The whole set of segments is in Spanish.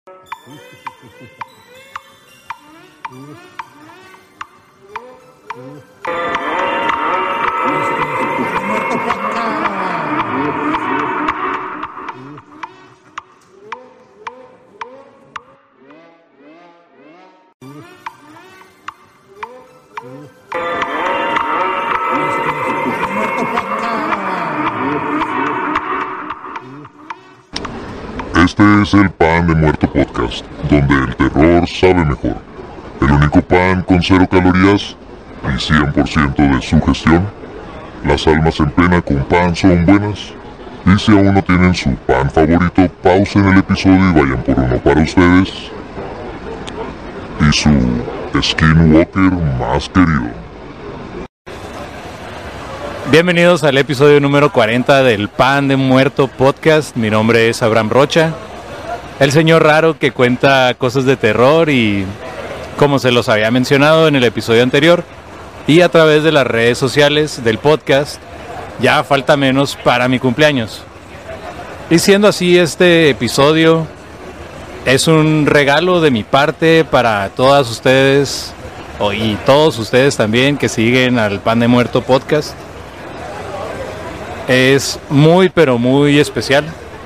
Este es el Pan de Muerto Podcast, donde el terror sabe mejor. El único pan con 0 calorías y 100% de sugestión. Las almas en pena con pan son buenas. Y si aún no tienen su pan favorito, pausen el episodio y vayan por uno para ustedes y su Skinwalker más querido. Bienvenidos al episodio número 40 del Pan de Muerto Podcast. Mi nombre es Abraham Rocha, el señor raro que cuenta cosas de terror y, como se los había mencionado en el episodio anterior, y a través de las redes sociales del podcast, ya falta menos para mi cumpleaños. Y siendo así, este episodio es un regalo de mi parte para todas ustedes y todos ustedes también que siguen al Pan de Muerto Podcast. Es muy pero muy especial,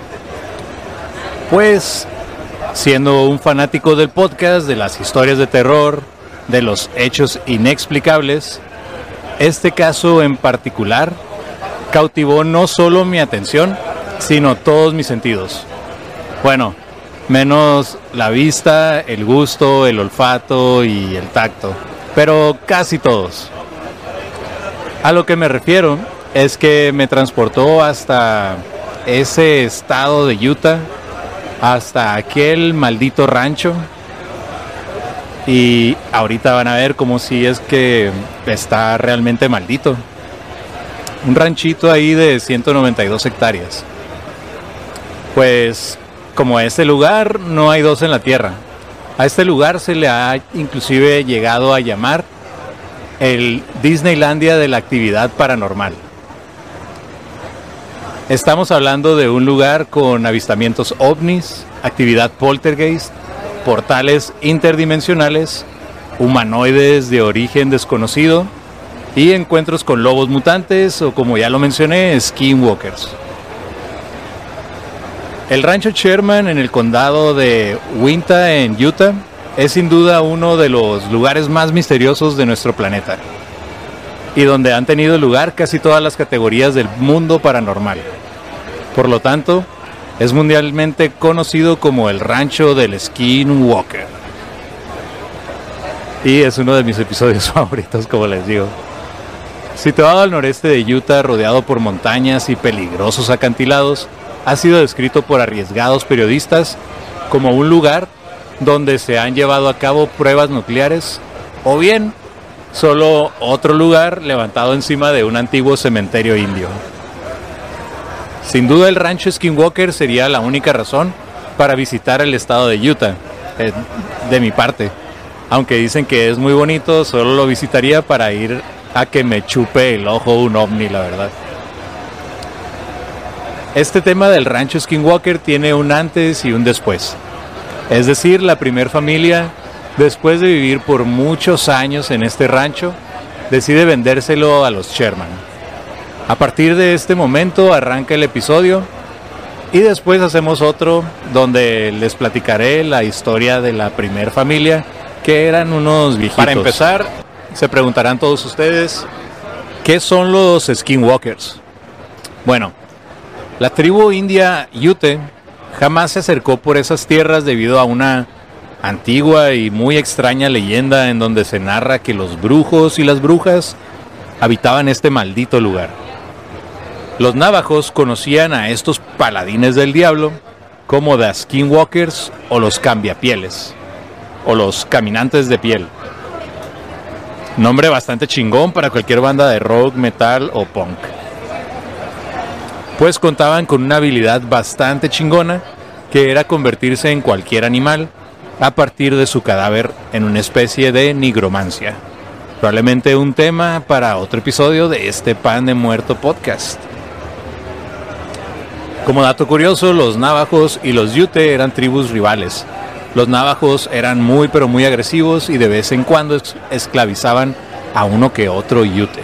pues siendo un fanático del podcast, de las historias de terror, de los hechos inexplicables, este caso en particular cautivó no solo mi atención, sino todos mis sentidos. Bueno, menos la vista, el gusto, el olfato y el tacto, pero casi todos. A lo que me refiero es que me transportó hasta ese estado de Utah, hasta aquel maldito rancho. Y ahorita van a ver cómo si es que está realmente maldito. Un ranchito ahí de 192 hectáreas. Pues como a este lugar no hay dos en la tierra. A este lugar se le ha inclusive llegado a llamar el Disneylandia de la actividad paranormal. Estamos hablando de un lugar con avistamientos ovnis, actividad poltergeist, portales interdimensionales, humanoides de origen desconocido y encuentros con lobos mutantes o, como ya lo mencioné, skinwalkers. El rancho Sherman en el condado de Uintah en Utah es sin duda uno de los lugares más misteriosos de nuestro planeta y donde han tenido lugar casi todas las categorías del mundo paranormal. Por lo tanto, es mundialmente conocido como el rancho del Skinwalker. Y es uno de mis episodios favoritos, como les digo. Situado al noreste de Utah, rodeado por montañas y peligrosos acantilados, ha sido descrito por arriesgados periodistas como un lugar donde se han llevado a cabo pruebas nucleares, o bien solo otro lugar levantado encima de un antiguo cementerio indio. Sin duda el rancho Skinwalker sería la única razón para visitar el estado de Utah, de mi parte. Aunque dicen que es muy bonito, solo lo visitaría para ir a que me chupe el ojo un ovni, la verdad. Este tema del rancho Skinwalker tiene un antes y un después. Es decir, la primer familia, después de vivir por muchos años en este rancho, decide vendérselo a los Sherman. A partir de este momento arranca el episodio y después hacemos otro donde les platicaré la historia de la primer familia, que eran unos viejitos. Para empezar, se preguntarán todos ustedes, ¿qué son los Skinwalkers? Bueno, la tribu india Ute jamás se acercó por esas tierras debido a una antigua y muy extraña leyenda en donde se narra que los brujos y las brujas habitaban este maldito lugar. Los navajos conocían a estos paladines del diablo como The Skinwalkers o los cambiapieles, o los caminantes de piel. Nombre bastante chingón para cualquier banda de rock, metal o punk. Pues contaban con una habilidad bastante chingona, que era convertirse en cualquier animal a partir de su cadáver en una especie de nigromancia. Probablemente un tema para otro episodio de este Pan de Muerto Podcast. Como dato curioso, los navajos y los Ute eran tribus rivales, Los navajos eran muy pero muy agresivos y de vez en cuando esclavizaban a uno que otro Ute.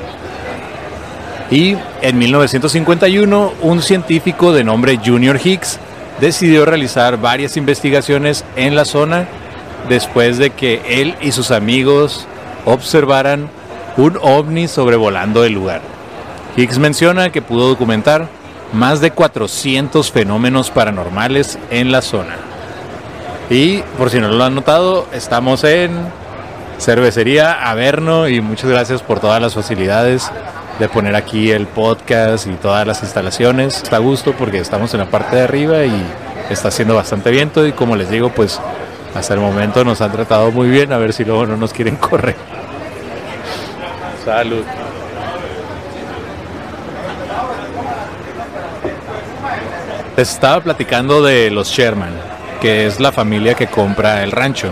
Y en 1951 un científico de nombre Junior Hicks decidió realizar varias investigaciones en la zona después de que él y sus amigos observaran un ovni sobrevolando el lugar. Hicks menciona que pudo documentar más de 400 fenómenos paranormales en la zona. Y por si no lo han notado, estamos en Cervecería Averno y muchas gracias por todas las facilidades de poner aquí el podcast y todas las instalaciones. Está a gusto porque estamos en la parte de arriba y está haciendo bastante viento y como les digo, pues hasta el momento nos han tratado muy bien, a ver si luego no nos quieren correr. Salud. Les estaba platicando de los Sherman, que es la familia que compra el rancho.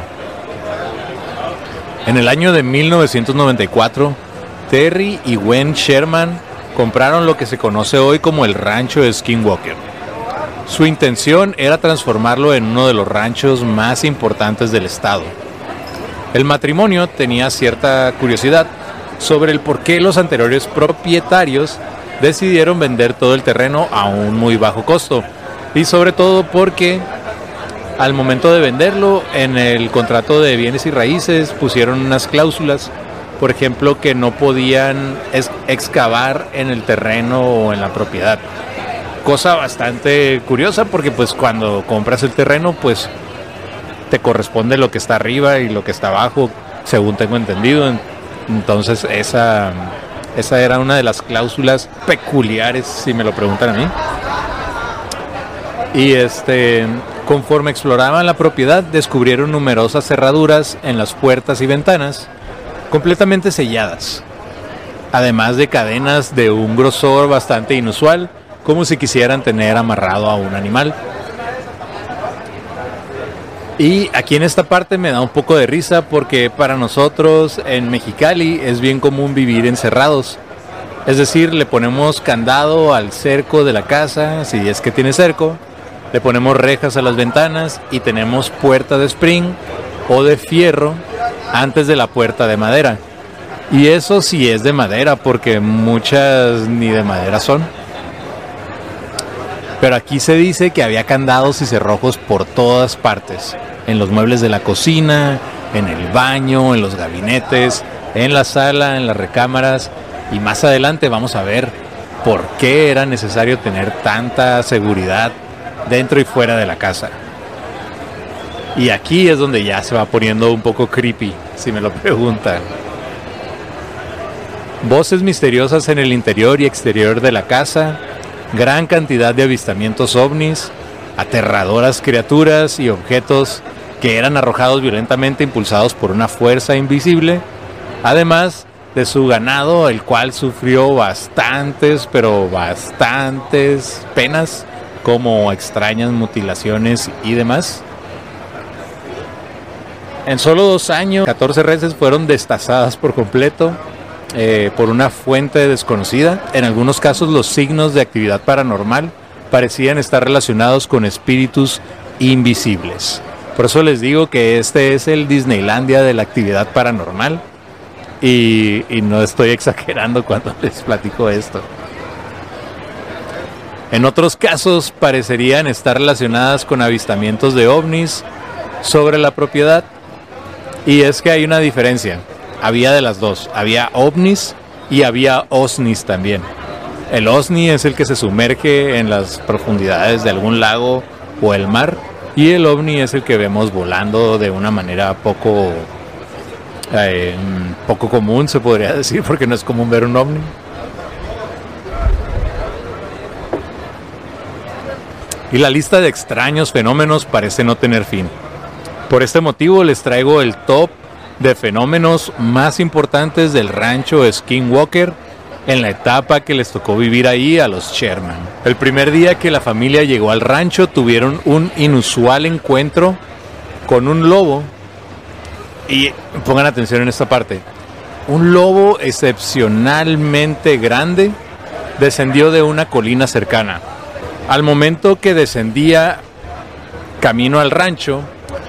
En el año de 1994, Terry y Gwen Sherman compraron lo que se conoce hoy como el rancho de Skinwalker. Su intención era transformarlo en uno de los ranchos más importantes del estado. El matrimonio tenía cierta curiosidad sobre el por qué los anteriores propietarios decidieron vender todo el terreno a un muy bajo costo y sobre todo porque al momento de venderlo en el contrato de bienes y raíces pusieron unas cláusulas, por ejemplo, que no podían excavar en el terreno o en la propiedad, cosa bastante curiosa porque pues cuando compras el terreno pues te corresponde lo que está arriba y lo que está abajo, según tengo entendido. Entonces esa era una de las cláusulas peculiares, si me lo preguntan a mí. Y conforme exploraban la propiedad, descubrieron numerosas cerraduras en las puertas y ventanas, completamente selladas, además de cadenas de un grosor bastante inusual, como si quisieran tener amarrado a un animal. Y aquí en esta parte me da un poco de risa porque para nosotros en Mexicali es bien común vivir encerrados. Es decir, le ponemos candado al cerco de la casa, si es que tiene cerco, le ponemos rejas a las ventanas y tenemos puerta de spring o de fierro antes de la puerta de madera. Y eso sí es de madera porque muchas ni de madera son. Pero aquí se dice que había candados y cerrojos por todas partes, en los muebles de la cocina, en el baño, en los gabinetes, en la sala, en las recámaras, y más adelante vamos a ver por qué era necesario tener tanta seguridad dentro y fuera de la casa. Y aquí es donde ya se va poniendo un poco creepy, si me lo preguntan. Voces misteriosas en el interior y exterior de la casa, gran cantidad de avistamientos ovnis, aterradoras criaturas y objetos que eran arrojados violentamente impulsados por una fuerza invisible, además de su ganado, el cual sufrió bastantes, pero bastantes penas, como extrañas mutilaciones y demás. En solo 2 años, 14 reses fueron destazadas por completo por una fuente desconocida. En algunos casos los signos de actividad paranormal parecían estar relacionados con espíritus invisibles. Por eso les digo que este es el Disneylandia de la actividad paranormal y no estoy exagerando cuando les platico esto. En otros casos parecerían estar relacionadas con avistamientos de ovnis sobre la propiedad, y es que hay una diferencia. Había de las dos, había ovnis y había osnis también. El osni es el que se sumerge en las profundidades de algún lago o el mar, y el ovni es el que vemos volando de una manera poco común, se podría decir, porque no es común ver un ovni. Y la lista de extraños fenómenos parece no tener fin. Por este motivo les traigo el top de fenómenos más importantes del rancho Skinwalker en la etapa que les tocó vivir ahí a los Sherman. El primer día que la familia llegó al rancho tuvieron un inusual encuentro con un lobo. Y pongan atención en esta parte. Un lobo excepcionalmente grande descendió de una colina cercana. Al momento que descendía camino al rancho,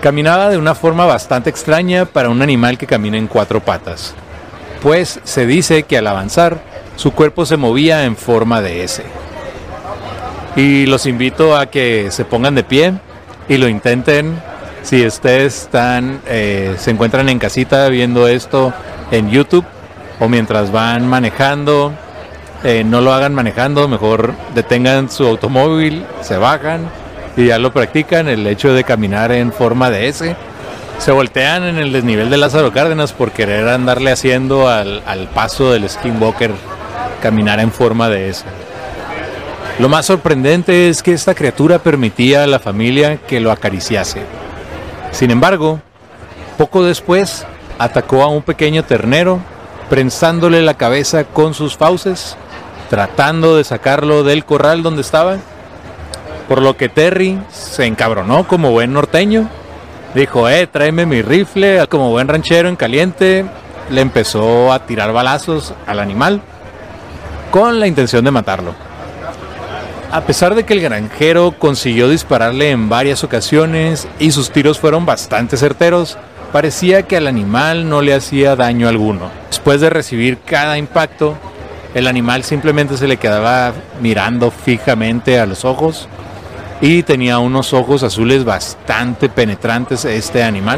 Caminaba de una forma bastante extraña para un animal que camina en 4 patas, pues se dice que al avanzar, su cuerpo se movía en forma de S. Y los invito a que se pongan de pie y lo intenten. Si ustedes se encuentran en casita viendo esto en YouTube o mientras van manejando, no lo hagan manejando, mejor detengan su automóvil, se bajan y ya lo practican, el hecho de caminar en forma de S. Se voltean en el desnivel de Lázaro Cárdenas por querer andarle haciendo al paso del skinwalker, caminar en forma de S. Lo más sorprendente es que esta criatura permitía a la familia que lo acariciase. Sin embargo, poco después atacó a un pequeño ternero, prensándole la cabeza con sus fauces, tratando de sacarlo del corral donde estaba. Por lo que Terry se encabronó como buen norteño. Dijo, tráeme mi rifle. Como buen ranchero en caliente, le empezó a tirar balazos al animal con la intención de matarlo. A pesar de que el granjero consiguió dispararle en varias ocasiones y sus tiros fueron bastante certeros, parecía que al animal no le hacía daño alguno. Después de recibir cada impacto, el animal simplemente se le quedaba mirando fijamente a los ojos y tenía unos ojos azules bastante penetrantes este animal,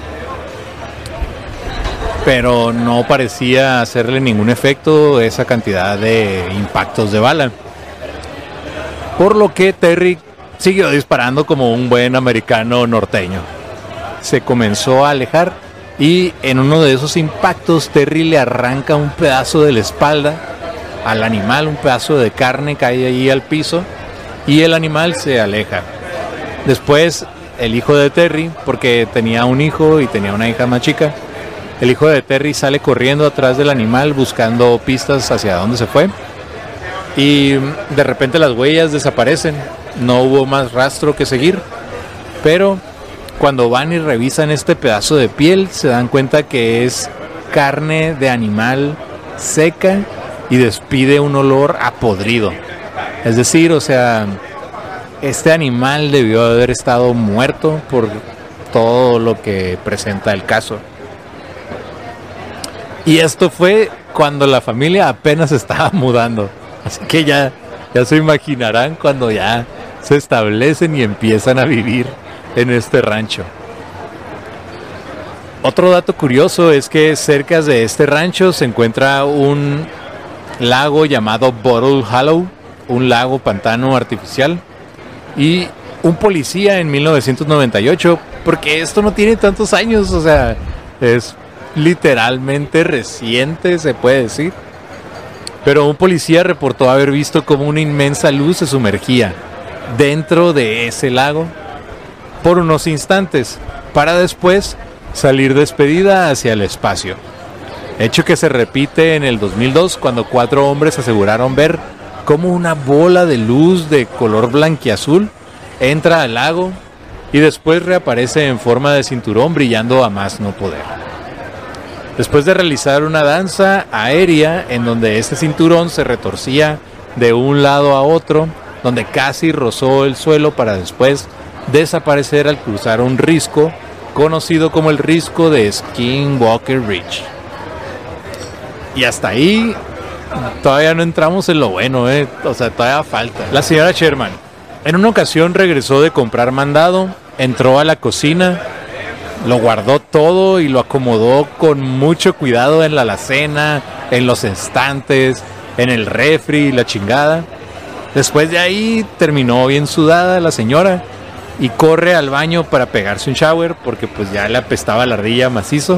pero no parecía hacerle ningún efecto esa cantidad de impactos de bala. Por lo que Terry siguió disparando como un buen americano norteño. Se comenzó a alejar y en uno de esos impactos Terry le arranca un pedazo de la espalda al animal, un pedazo de carne cae ahí al piso y el animal se aleja. Después el hijo de Terry, porque tenía un hijo y tenía una hija más chica, el hijo de Terry sale corriendo atrás del animal buscando pistas hacia dónde se fue y de repente las huellas desaparecen, no hubo más rastro que seguir, pero cuando van y revisan este pedazo de piel se dan cuenta que es carne de animal seca y despide un olor a podrido. Es decir, o sea, este animal debió haber estado muerto por todo lo que presenta el caso. Y esto fue cuando la familia apenas estaba mudando. Así que ya se imaginarán cuando ya se establecen y empiezan a vivir en este rancho. Otro dato curioso es que cerca de este rancho se encuentra un lago llamado Bottle Hollow, un lago pantano artificial, y un policía en 1998, porque esto no tiene tantos años, o sea, es literalmente reciente, se puede decir, pero un policía reportó haber visto como una inmensa luz se sumergía dentro de ese lago por unos instantes, para después salir despedida hacia el espacio. Hecho que se repite en el 2002 cuando 4 hombres aseguraron ver cómo una bola de luz de color blanquiazul entra al lago y después reaparece en forma de cinturón brillando a más no poder. Después de realizar una danza aérea en donde este cinturón se retorcía de un lado a otro, donde casi rozó el suelo para después desaparecer al cruzar un risco conocido como el risco de Skinwalker Ridge. Y hasta ahí todavía no entramos en lo bueno, o sea, todavía falta. La señora Sherman en una ocasión regresó de comprar mandado, entró a la cocina, lo guardó todo y lo acomodó con mucho cuidado en la alacena, en los estantes, en el refri, la chingada. Después de ahí terminó bien sudada la señora y corre al baño para pegarse un shower porque pues ya le apestaba la ardilla macizo.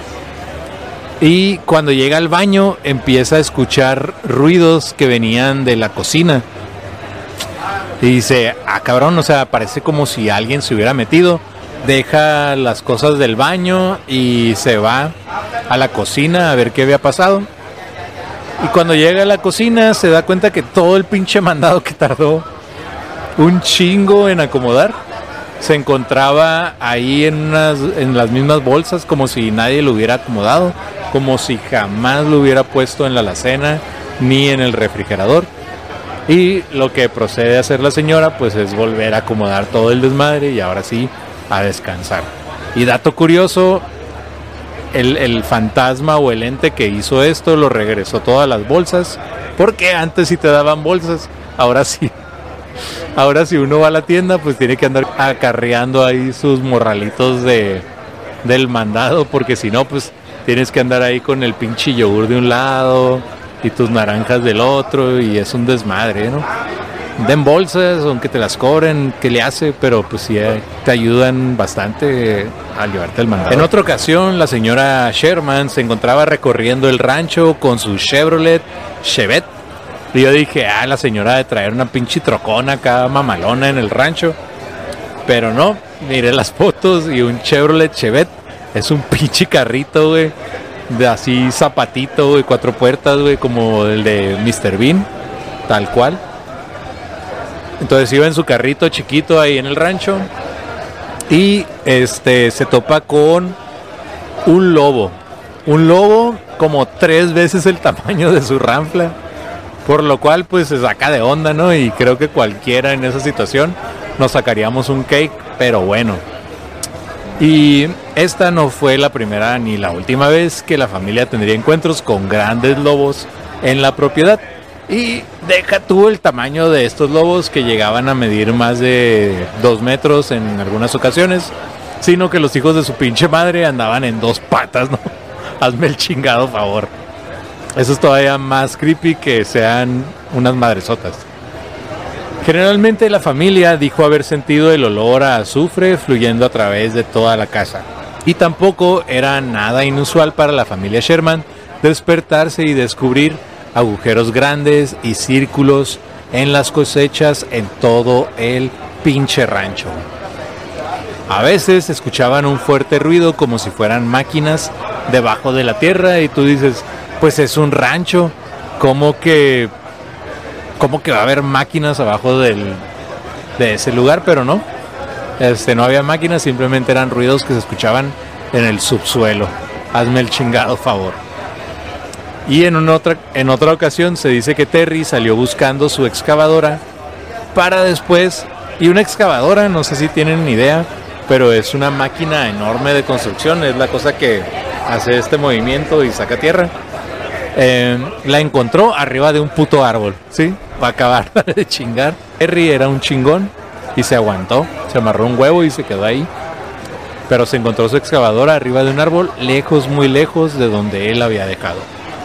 Y cuando llega al baño empieza a escuchar ruidos que venían de la cocina. Y dice, cabrón, o sea, parece como si alguien se hubiera metido. Deja las cosas del baño y se va a la cocina a ver qué había pasado. Y cuando llega a la cocina se da cuenta que todo el pinche mandado que tardó un chingo en acomodar se encontraba ahí en las mismas bolsas, como si nadie lo hubiera acomodado, como si jamás lo hubiera puesto en la alacena ni en el refrigerador. Y lo que procede a hacer la señora pues es volver a acomodar todo el desmadre y ahora sí a descansar. Y dato curioso, el fantasma o el ente que hizo esto lo regresó todas las bolsas, porque antes sí te daban bolsas, ahora sí. Ahora si uno va a la tienda, pues tiene que andar acarreando ahí sus morralitos del mandado, porque si no, pues tienes que andar ahí con el pinche yogur de un lado y tus naranjas del otro, y es un desmadre, ¿no? Den bolsas, aunque te las cobren, ¿qué le hace? Pero pues sí te ayudan bastante a llevarte el mandado. En otra ocasión, la señora Sherman se encontraba recorriendo el rancho con su Chevrolet Chevette. Y yo dije, la señora de traer una pinche trocona acá mamalona en el rancho. Pero no, miré las fotos y un Chevrolet Chevette es un pinche carrito, güey, de así zapatito, güey, 4 puertas, güey, como el de Mr. Bean, tal cual. Entonces iba en su carrito chiquito ahí en el rancho y se topa con un lobo como 3 veces el tamaño de su ranfla, por lo cual pues se saca de onda, ¿no? Y creo que cualquiera en esa situación nos sacaríamos un cake, pero bueno. Y esta no fue la primera ni la última vez que la familia tendría encuentros con grandes lobos en la propiedad. Y deja tú el tamaño de estos lobos, que llegaban a medir más de 2 metros en algunas ocasiones, sino que los hijos de su pinche madre andaban en 2 patas, ¿no? Hazme el chingado favor. Eso es todavía más creepy que sean unas madresotas. Generalmente la familia dijo haber sentido el olor a azufre fluyendo a través de toda la casa. Y tampoco era nada inusual para la familia Sherman despertarse y descubrir agujeros grandes y círculos en las cosechas en todo el pinche rancho. A veces escuchaban un fuerte ruido como si fueran máquinas debajo de la tierra y tú dices, pues es un rancho, ¿cómo que va a haber máquinas abajo de ese lugar? Pero no, no había máquinas, simplemente eran ruidos que se escuchaban en el subsuelo. Hazme el chingado favor. Y en otra ocasión se dice que Terry salió buscando su excavadora para después, y una excavadora, no sé si tienen ni idea, pero es una máquina enorme de construcción, es la cosa que hace este movimiento y saca tierra. La encontró arriba de un puto árbol, ¿sí? Para acabar de chingar. Terry era un chingón y se aguantó, se amarró un huevo y se quedó ahí. Pero se encontró su excavadora arriba de un árbol, lejos, muy lejos de donde él había dejado.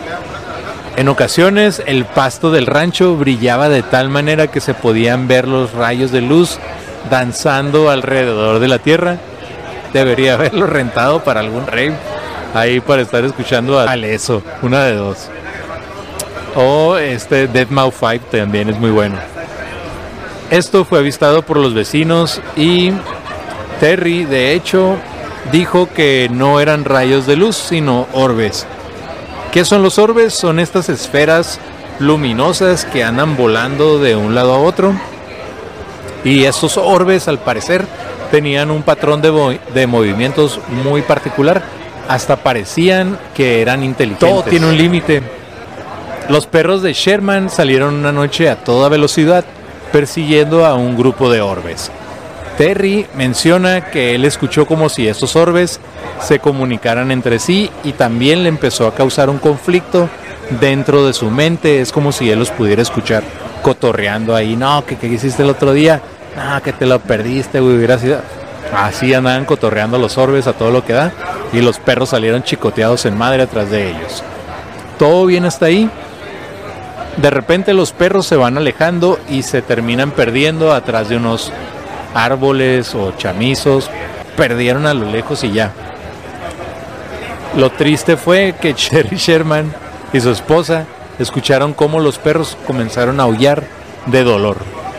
En ocasiones el pasto del rancho brillaba de tal manera que se podían ver los rayos de luz danzando alrededor de la tierra. Debería haberlo rentado para algún rave, ahí para estar escuchando a Aleso, una de dos. O Deadmau5 también es muy bueno. Esto fue avistado por los vecinos y Terry, de hecho, dijo que no eran rayos de luz, sino orbes. ¿Qué son los orbes? Son estas esferas luminosas que andan volando de un lado a otro. Y estos orbes, al parecer, tenían un patrón de movimientos muy particular. Hasta parecían que eran inteligentes. Todo tiene un límite. Los perros de Sherman salieron una noche a toda velocidad persiguiendo a un grupo de orbes. Terry menciona que él escuchó como si estos orbes se comunicaran entre sí y también le empezó a causar un conflicto dentro de su mente. Es como si él los pudiera escuchar cotorreando ahí. No, ¿qué hiciste el otro día? No, que te lo perdiste, güey, hubiera sido... Así andaban cotorreando los orbes a todo lo que da y los perros salieron chicoteados en madre atrás de ellos. Todo bien hasta ahí. De repente los perros se van alejando y se terminan perdiendo atrás de unos árboles o chamizos. Perdieron a lo lejos y ya. Lo triste fue que Terry Sherman y su esposa escucharon cómo los perros comenzaron a aullar de dolor.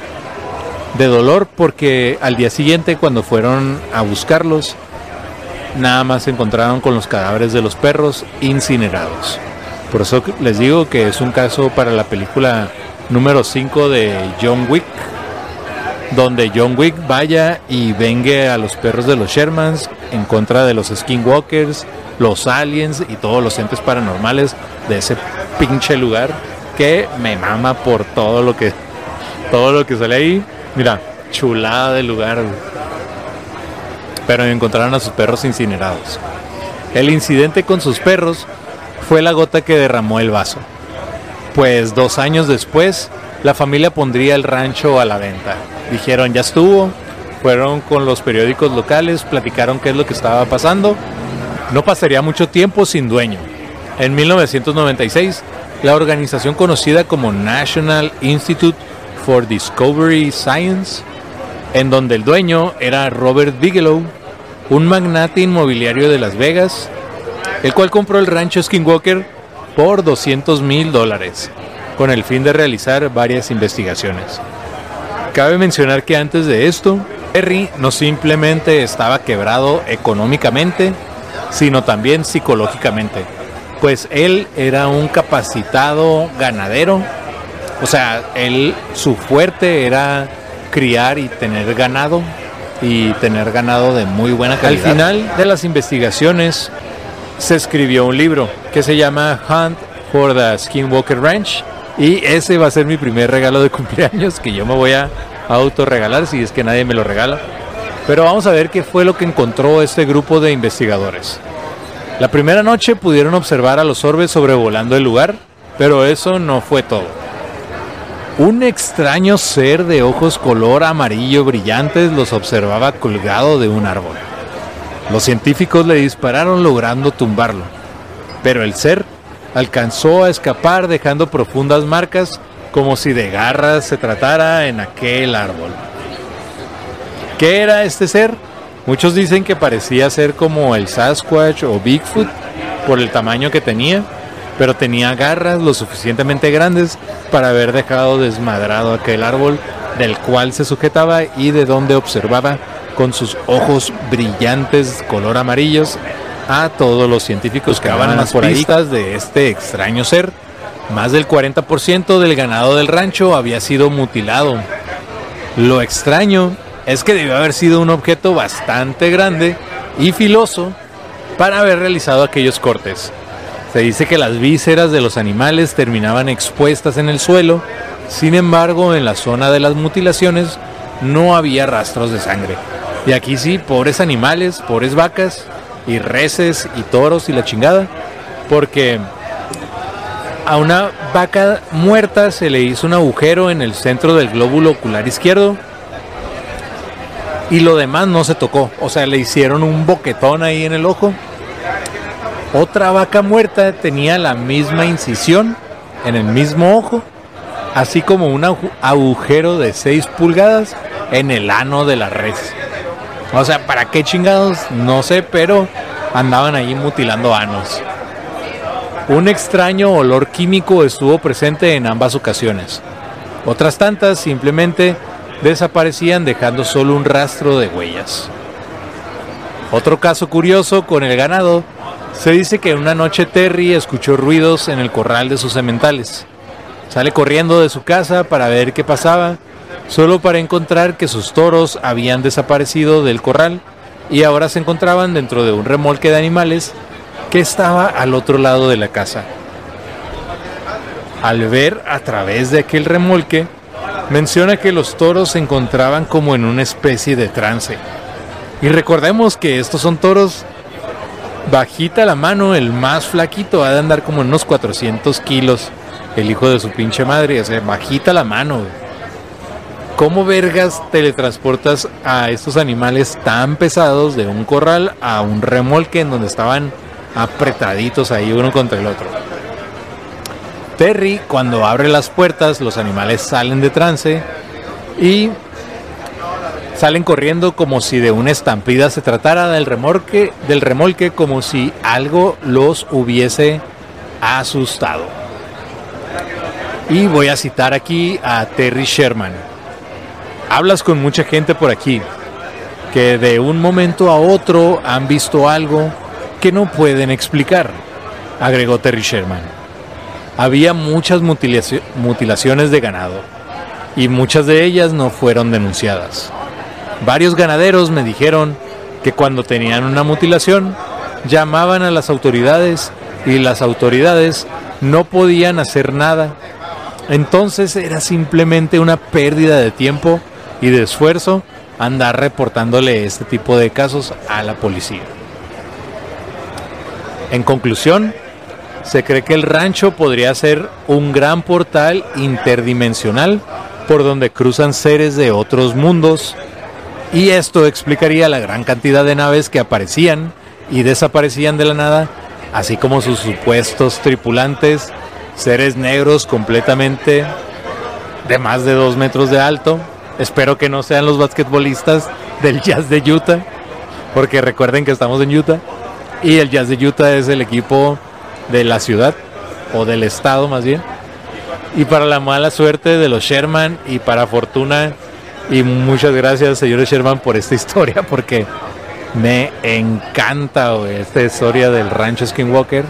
De dolor porque al día siguiente, cuando fueron a buscarlos, nada más se encontraron con los cadáveres de los perros incinerados. Por eso les digo que es un caso para la película número 5 de John Wick, donde John Wick vaya y vengue a los perros de los Shermans en contra de los Skinwalkers, los aliens y todos los entes paranormales de ese pinche lugar, que me mama por todo lo que sale ahí. Mira, chulada de lugar. pero encontraron a sus perros incinerados. El incidente con sus perros fue la gota que derramó el vaso, pues 2 años después la familia pondría el rancho a la venta. Dijeron, ya estuvo, fueron con los periódicos locales, platicaron qué es lo que estaba pasando. No pasaría mucho tiempo sin dueño. En 1996, la organización conocida como National Institute for Discovery Science, en donde el dueño era Robert Bigelow, un magnate inmobiliario de Las Vegas, el cual compró el rancho Skinwalker por $200,000, con el fin de realizar varias investigaciones. Cabe mencionar que antes de esto, Terry no simplemente estaba quebrado económicamente, sino también psicológicamente, pues él era un capacitado ganadero. O sea, su fuerte era criar y tener ganado de muy buena calidad. Al final de las investigaciones se escribió un libro que se llama Hunt for the Skinwalker Ranch, y ese va a ser mi primer regalo de cumpleaños que yo me voy a autorregalar si es que nadie me lo regala. Pero vamos a ver qué fue lo que encontró este grupo de investigadores. La primera noche pudieron observar a los orbes sobrevolando el lugar, pero eso no fue todo. Un extraño ser de ojos color amarillo brillantes los observaba colgado de un árbol. Los científicos le dispararon logrando tumbarlo, pero el ser alcanzó a escapar dejando profundas marcas como si de garras se tratara en aquel árbol. ¿Qué era este ser? Muchos dicen que parecía ser como el Sasquatch o Bigfoot por el tamaño que tenía, pero tenía garras lo suficientemente grandes para haber dejado desmadrado aquel árbol del cual se sujetaba y de donde observaba con sus ojos brillantes color amarillos a todos los científicos que daban las pistas de este extraño ser. Más del 40% del ganado del rancho había sido mutilado. Lo extraño es que debió haber sido un objeto bastante grande y filoso para haber realizado aquellos cortes. Se dice que las vísceras de los animales terminaban expuestas en el suelo, sin embargo en la zona de las mutilaciones no había rastros de sangre. Y aquí sí, pobres animales, pobres vacas y reses y toros y la chingada, porque a una vaca muerta se le hizo un agujero en el centro del glóbulo ocular izquierdo y lo demás no se tocó, o sea, le hicieron un boquetón ahí en el ojo. Otra vaca muerta tenía la misma incisión en el mismo ojo, así como un agujero de 6 pulgadas en el ano de la res. O sea, ¿para qué chingados? No sé, pero andaban ahí mutilando anos. Un extraño olor químico estuvo presente en ambas ocasiones. Otras tantas simplemente desaparecían dejando solo un rastro de huellas. Otro caso curioso con el ganado. Se dice que una noche Terry escuchó ruidos en el corral de sus sementales. Sale corriendo de su casa para ver qué pasaba, solo para encontrar que sus toros habían desaparecido del corral y ahora se encontraban dentro de un remolque de animales que estaba al otro lado de la casa. Al ver a través de aquel remolque, menciona que los toros se encontraban como en una especie de trance. Y recordemos que estos son toros bajita la mano, el más flaquito ha de andar como en unos 400 kilos, el hijo de su pinche madre, o sea, bajita la mano. ¿Cómo vergas teletransportas a estos animales tan pesados de un corral a un remolque en donde estaban apretaditos ahí uno contra el otro? Terry, cuando abre las puertas, los animales salen de trance y salen corriendo como si de una estampida se tratara del remolque como si algo los hubiese asustado. Y voy a citar aquí a Terry Sherman. Hablas con mucha gente por aquí que de un momento a otro han visto algo que no pueden explicar, agregó Terry Sherman. Había muchas mutilaciones de ganado y muchas de ellas no fueron denunciadas. Varios ganaderos me dijeron que cuando tenían una mutilación llamaban a las autoridades y las autoridades no podían hacer nada. Entonces era simplemente una pérdida de tiempo y de esfuerzo andar reportándole este tipo de casos a la policía. En conclusión, se cree que el rancho podría ser un gran portal interdimensional por donde cruzan seres de otros mundos, y esto explicaría la gran cantidad de naves que aparecían y desaparecían de la nada, así como sus supuestos tripulantes, seres negros completamente de más de 2 metros de alto. Espero que no sean los basquetbolistas del Jazz de Utah, porque recuerden que estamos en Utah y el Jazz de Utah es el equipo de la ciudad, o del estado más bien, y para la mala suerte de los Sherman y para fortuna, y muchas gracias señores Sherman por esta historia, porque me encanta esta historia del rancho Skinwalker.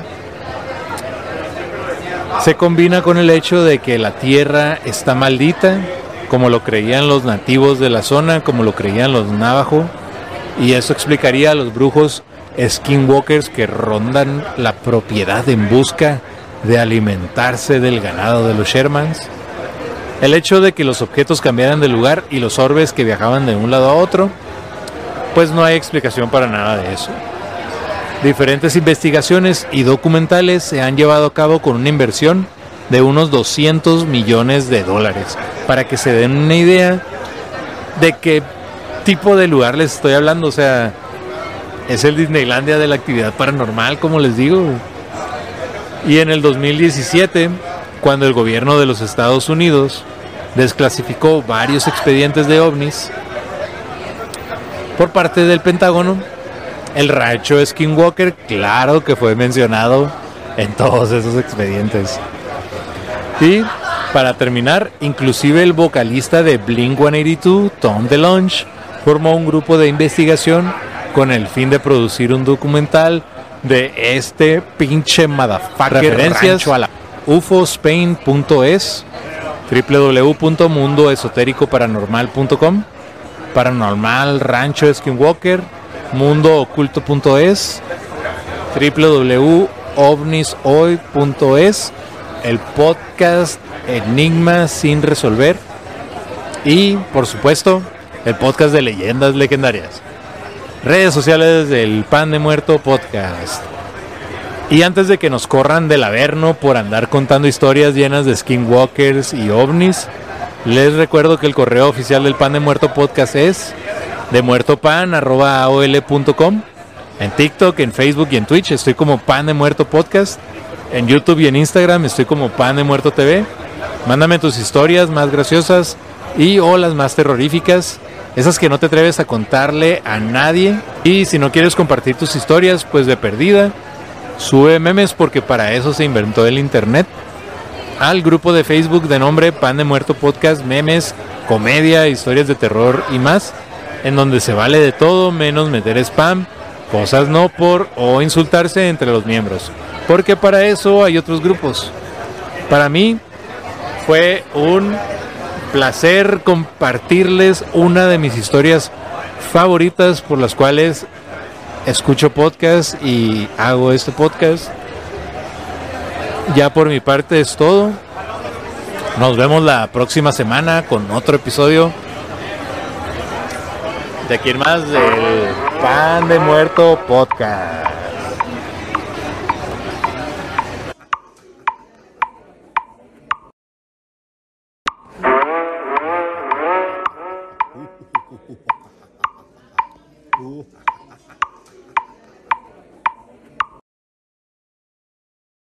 Se combina con el hecho de que la tierra está maldita, como lo creían los nativos de la zona, como lo creían los Navajo, y eso explicaría a los brujos Skinwalkers que rondan la propiedad en busca de alimentarse del ganado de los Shermans. El hecho de que los objetos cambiaran de lugar y los orbes que viajaban de un lado a otro, pues no hay explicación para nada de eso. Diferentes investigaciones y documentales se han llevado a cabo con una inversión de unos $200 millones, para que se den una idea de qué tipo de lugar les estoy hablando. O sea, es el Disneylandia de la actividad paranormal, como les digo. Y en el 2017, cuando el gobierno de los Estados Unidos desclasificó varios expedientes de ovnis por parte del Pentágono, el rancho Skinwalker, claro que fue mencionado en todos esos expedientes. Y para terminar, inclusive el vocalista de Blink-182, Tom DeLonge, formó un grupo de investigación con el fin de producir un documental de este pinche motherfucker. Referencias a la ufospain.es, www.mundoesotericoparanormal.com, Paranormal Rancho Skinwalker, mundooculto.es, www.ovnishoy.es, el podcast Enigma sin resolver y, por supuesto, el podcast de leyendas legendarias. Redes sociales del Pan de Muerto Podcast. Y antes de que nos corran del Averno por andar contando historias llenas de skinwalkers y ovnis, les recuerdo que el correo oficial del Pan de Muerto Podcast es demuertopan@aol.com. En TikTok, en Facebook y en Twitch estoy como Pan de Muerto Podcast. En YouTube y en Instagram estoy como Pan de Muerto TV. Mándame tus historias más graciosas y o las más terroríficas, esas que no te atreves a contarle a nadie. Y si no quieres compartir tus historias, pues de perdida, sube memes, porque para eso se inventó el internet, al grupo de Facebook de nombre Pan de Muerto Podcast, memes, comedia, historias de terror y más, en donde se vale de todo menos meter spam, cosas no por o insultarse entre los miembros, porque para eso hay otros grupos. Para mí fue un placer compartirles una de mis historias favoritas por las cuales escucho podcast y hago este podcast. Ya por mi parte es todo. Nos vemos la próxima semana con otro episodio de aquí en más del Pan de Muerto Podcast.